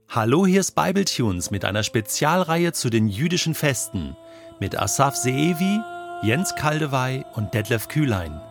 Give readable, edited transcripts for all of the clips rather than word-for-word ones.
Hallo, hier ist Bibletunes mit einer Spezialreihe zu den jüdischen Festen mit Asaf Seevi, Jens Kaldewey und Detlef Kühlein.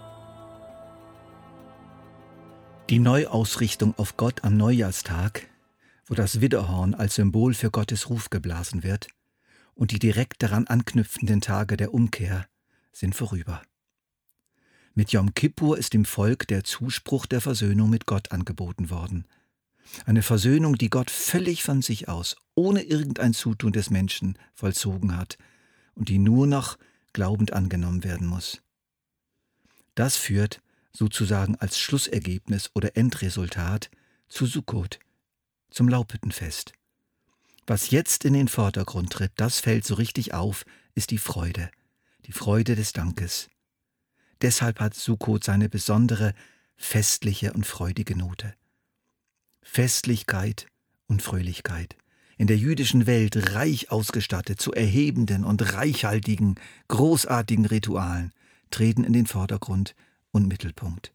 Die Neuausrichtung auf Gott am Neujahrstag, wo das Widderhorn als Symbol für Gottes Ruf geblasen wird, und die direkt daran anknüpfenden Tage der Umkehr sind vorüber. Mit Jom Kippur ist dem Volk der Zuspruch der Versöhnung mit Gott angeboten worden. Eine Versöhnung, die Gott völlig von sich aus, ohne irgendein Zutun des Menschen, vollzogen hat und die nur noch glaubend angenommen werden muss. Das führt sozusagen als Schlussergebnis oder Endresultat zu Sukkot, zum Laubhüttenfest. Was jetzt in den Vordergrund tritt, das fällt so richtig auf, ist die Freude des Dankes. Deshalb hat Sukkot seine besondere festliche und freudige Note. Festlichkeit und Fröhlichkeit, in der jüdischen Welt reich ausgestattet zu erhebenden und reichhaltigen, großartigen Ritualen, treten in den Vordergrund und Mittelpunkt.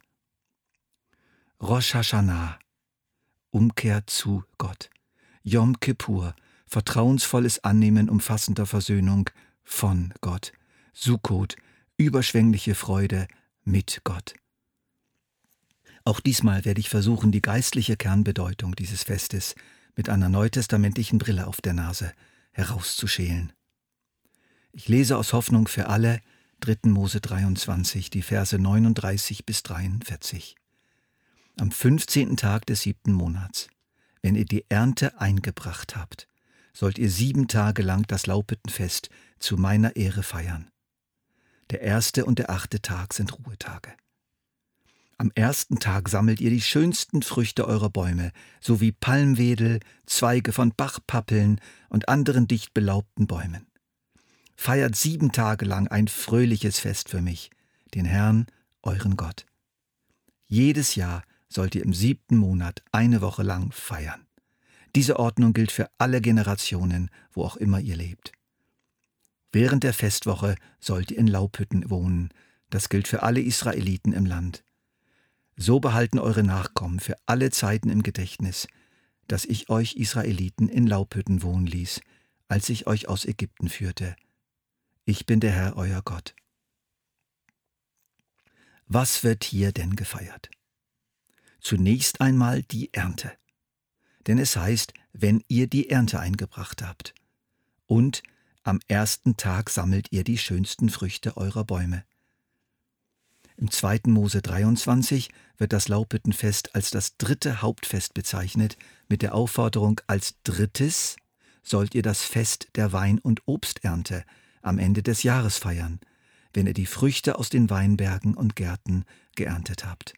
Rosh Hashanah, Umkehr zu Gott. Jom Kippur, vertrauensvolles Annehmen umfassender Versöhnung von Gott. Sukkot, überschwängliche Freude mit Gott. Auch diesmal werde ich versuchen, die geistliche Kernbedeutung dieses Festes mit einer neutestamentlichen Brille auf der Nase herauszuschälen. Ich lese aus Hoffnung für alle 3. Mose 23, die Verse 39 bis 43. Am 15. Tag des 7. Monats, wenn ihr die Ernte eingebracht habt, sollt ihr 7 Tage lang das Laubhüttenfest zu meiner Ehre feiern. Der 1. und der 8. Tag sind Ruhetage. Am 1. Tag sammelt ihr die schönsten Früchte eurer Bäume, sowie Palmwedel, Zweige von Bachpappeln und anderen dicht belaubten Bäumen. Feiert 7 Tage lang ein fröhliches Fest für mich, den Herrn, euren Gott. Jedes Jahr sollt ihr im 7. Monat 1 Woche lang feiern. Diese Ordnung gilt für alle Generationen, wo auch immer ihr lebt. Während der Festwoche sollt ihr in Laubhütten wohnen. Das gilt für alle Israeliten im Land. So behalten eure Nachkommen für alle Zeiten im Gedächtnis, dass ich euch Israeliten in Laubhütten wohnen ließ, als ich euch aus Ägypten führte. Ich bin der Herr, euer Gott. Was wird hier denn gefeiert? Zunächst einmal die Ernte. Denn es heißt, wenn ihr die Ernte eingebracht habt. Und am 1. Tag sammelt ihr die schönsten Früchte eurer Bäume. Im 2. Mose 23 wird das Laubhüttenfest als das 3. Hauptfest bezeichnet, mit der Aufforderung, als 3. sollt ihr das Fest der Wein- und Obsternte am Ende des Jahres feiern, wenn ihr die Früchte aus den Weinbergen und Gärten geerntet habt.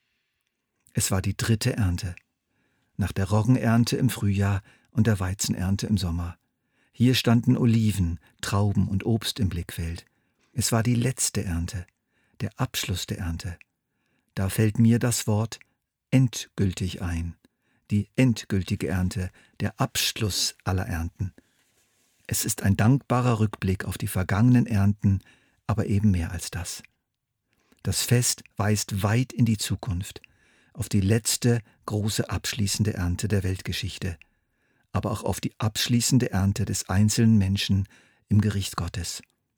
Es war die 3. Ernte, nach der Roggenernte im Frühjahr und der Weizenernte im Sommer. Hier standen Oliven, Trauben und Obst im Blickfeld. Es war die letzte Ernte, der Abschluss der Ernte. Da fällt mir das Wort endgültig ein. Die endgültige Ernte, der Abschluss aller Ernten. Es ist ein dankbarer Rückblick auf die vergangenen Ernten, aber eben mehr als das. Das Fest weist weit in die Zukunft, auf die letzte große abschließende Ernte der Weltgeschichte, aber auch auf die abschließende Ernte des einzelnen Menschen im Gericht Gottes.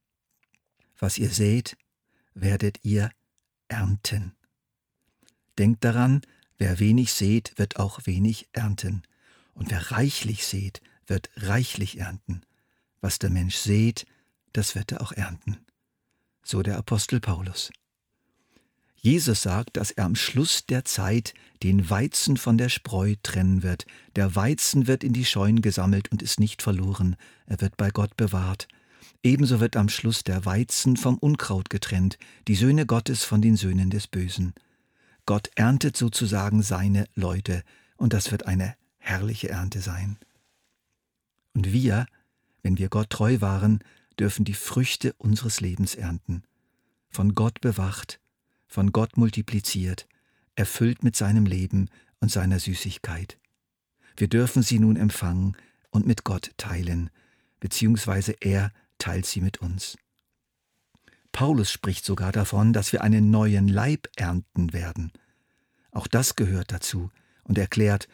Was ihr sät, werdet ihr ernten. Denkt daran, wer wenig sät, wird auch wenig ernten. Und wer reichlich sät, wird reichlich ernten. Was der Mensch sät, das wird er auch ernten. So der Apostel Paulus. Jesus sagt, dass er am Schluss der Zeit den Weizen von der Spreu trennen wird. Der Weizen wird in die Scheunen gesammelt und ist nicht verloren. Er wird bei Gott bewahrt. Ebenso wird am Schluss der Weizen vom Unkraut getrennt, die Söhne Gottes von den Söhnen des Bösen. Gott erntet sozusagen seine Leute, und das wird eine herrliche Ernte sein. Und wir, wenn wir Gott treu waren, dürfen die Früchte unseres Lebens ernten. Von Gott bewacht, von Gott multipliziert, erfüllt mit seinem Leben und seiner Süßigkeit. Wir dürfen sie nun empfangen und mit Gott teilen, beziehungsweise er teilt sie mit uns. Paulus spricht sogar davon, dass wir einen neuen Leib ernten werden. Auch das gehört dazu und erklärt,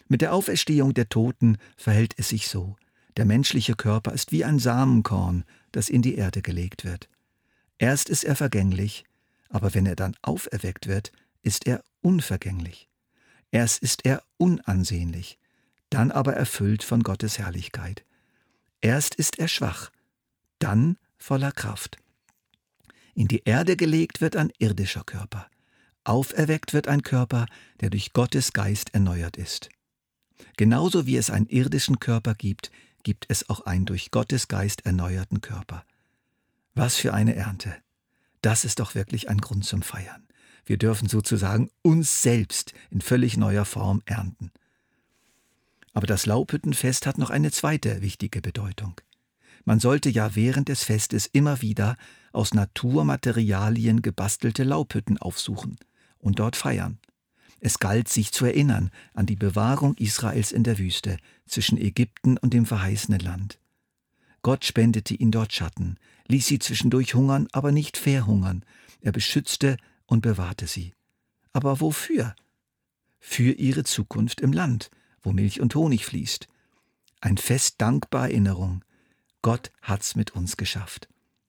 Mit der Auferstehung der Toten verhält es sich so. Der menschliche Körper ist wie ein Samenkorn, das in die Erde gelegt wird. Erst ist er vergänglich, aber wenn er dann auferweckt wird, ist er unvergänglich. Erst ist er unansehnlich, dann aber erfüllt von Gottes Herrlichkeit. Erst ist er schwach, dann voller Kraft. In die Erde gelegt wird ein irdischer Körper. Auferweckt wird ein Körper, der durch Gottes Geist erneuert ist. Genauso wie es einen irdischen Körper gibt, gibt es auch einen durch Gottes Geist erneuerten Körper. Was für eine Ernte! Das ist doch wirklich ein Grund zum Feiern. Wir dürfen sozusagen uns selbst in völlig neuer Form ernten. Aber das Laubhüttenfest hat noch eine zweite wichtige Bedeutung. Man sollte ja während des Festes immer wieder aus Naturmaterialien gebastelte Laubhütten aufsuchen und dort feiern. Es galt, sich zu erinnern an die Bewahrung Israels in der Wüste zwischen Ägypten und dem verheißenen Land. Gott spendete ihnen dort Schatten, ließ sie zwischendurch hungern, aber nicht verhungern. Er beschützte und bewahrte sie. Aber wofür? Für ihre Zukunft im Land, wo Milch und Honig fließt. Ein Fest dankbarer Erinnerung. Gott hat's mit uns geschafft.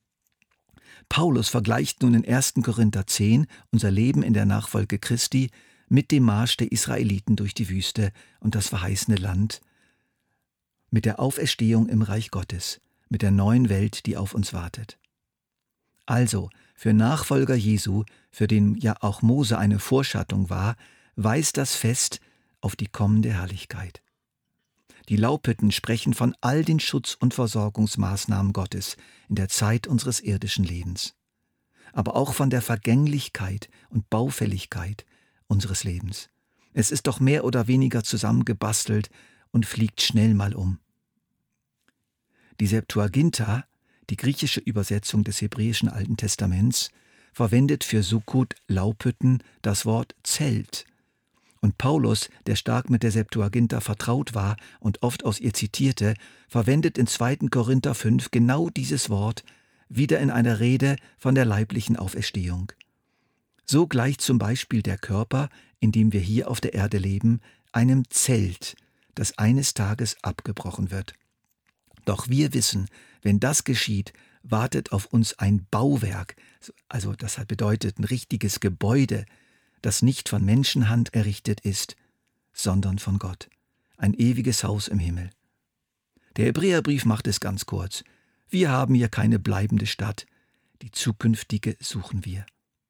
Paulus vergleicht nun in 1. Korinther 10 unser Leben in der Nachfolge Christi mit dem Marsch der Israeliten durch die Wüste und das verheißene Land, mit der Auferstehung im Reich Gottes, mit der neuen Welt, die auf uns wartet. Also, für Nachfolger Jesu, für den ja auch Mose eine Vorschattung war, weist das Fest auf die kommende Herrlichkeit. Die Laubhütten sprechen von all den Schutz- und Versorgungsmaßnahmen Gottes in der Zeit unseres irdischen Lebens, aber auch von der Vergänglichkeit und Baufälligkeit unseres Lebens. Es ist doch mehr oder weniger zusammengebastelt und fliegt schnell mal um. Die Septuaginta, die griechische Übersetzung des hebräischen Alten Testaments, verwendet für Sukkot, Laubhütten, das Wort Zelt. Und Paulus, der stark mit der Septuaginta vertraut war und oft aus ihr zitierte, verwendet in 2. Korinther 5 genau dieses Wort, wieder in einer Rede von der leiblichen Auferstehung. So gleicht zum Beispiel der Körper, in dem wir hier auf der Erde leben, einem Zelt, das eines Tages abgebrochen wird. Doch wir wissen, wenn das geschieht, wartet auf uns ein Bauwerk, also das bedeutet ein richtiges Gebäude, das nicht von Menschenhand errichtet ist, sondern von Gott. Ein ewiges Haus im Himmel. Der Hebräerbrief macht es ganz kurz. Wir haben hier keine bleibende Stadt, die zukünftige suchen wir.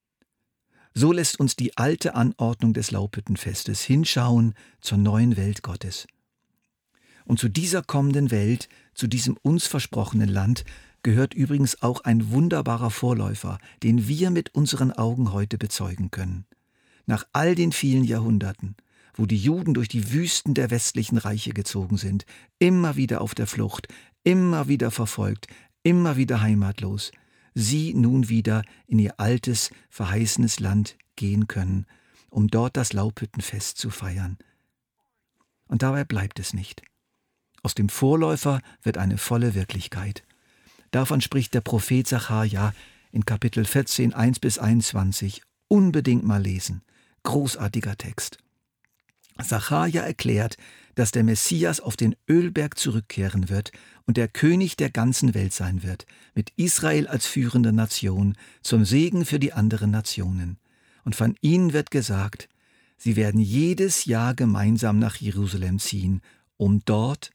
So lässt uns die alte Anordnung des Laubhüttenfestes hinschauen zur neuen Welt Gottes. Und zu dieser kommenden Welt, zu diesem uns versprochenen Land, gehört übrigens auch ein wunderbarer Vorläufer, den wir mit unseren Augen heute bezeugen können. Nach all den vielen Jahrhunderten, wo die Juden durch die Wüsten der westlichen Reiche gezogen sind, immer wieder auf der Flucht, immer wieder verfolgt, immer wieder heimatlos, sie nun wieder in ihr altes, verheißenes Land gehen können, um dort das Laubhüttenfest zu feiern. Und dabei bleibt es nicht. Aus dem Vorläufer wird eine volle Wirklichkeit. Davon spricht der Prophet Sacharja in Kapitel 14, 1-21. Unbedingt mal lesen. Großartiger Text. Sacharja erklärt, dass der Messias auf den Ölberg zurückkehren wird und der König der ganzen Welt sein wird, mit Israel als führende Nation, zum Segen für die anderen Nationen. Und von ihnen wird gesagt, sie werden jedes Jahr gemeinsam nach Jerusalem ziehen, um dort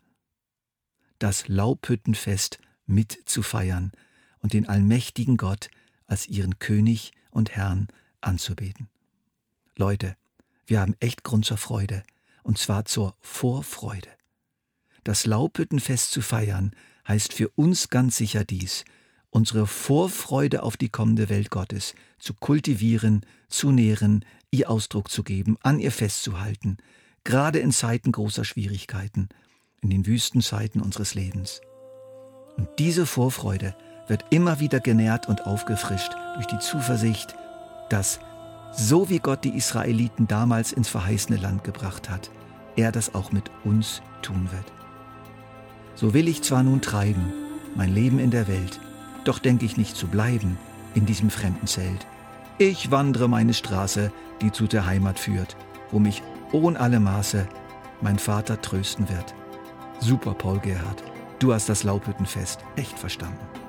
das Laubhüttenfest mitzufeiern und den allmächtigen Gott als ihren König und Herrn anzubeten. Leute, wir haben echt Grund zur Freude, und zwar zur Vorfreude. Das Laubhüttenfest zu feiern, heißt für uns ganz sicher dies: unsere Vorfreude auf die kommende Welt Gottes zu kultivieren, zu nähren, ihr Ausdruck zu geben, an ihr festzuhalten, gerade in Zeiten großer Schwierigkeiten, in den Wüstenzeiten unseres Lebens. Und diese Vorfreude wird immer wieder genährt und aufgefrischt durch die Zuversicht, dass, so wie Gott die Israeliten damals ins verheißene Land gebracht hat, er das auch mit uns tun wird. So will ich zwar nun treiben, mein Leben in der Welt, doch denke ich nicht zu bleiben in diesem fremden Zelt. Ich wandere meine Straße, die zu der Heimat führt, wo mich ohne alle Maße mein Vater trösten wird. Super, Paul Gerhard. Du hast das Laubhüttenfest echt verstanden.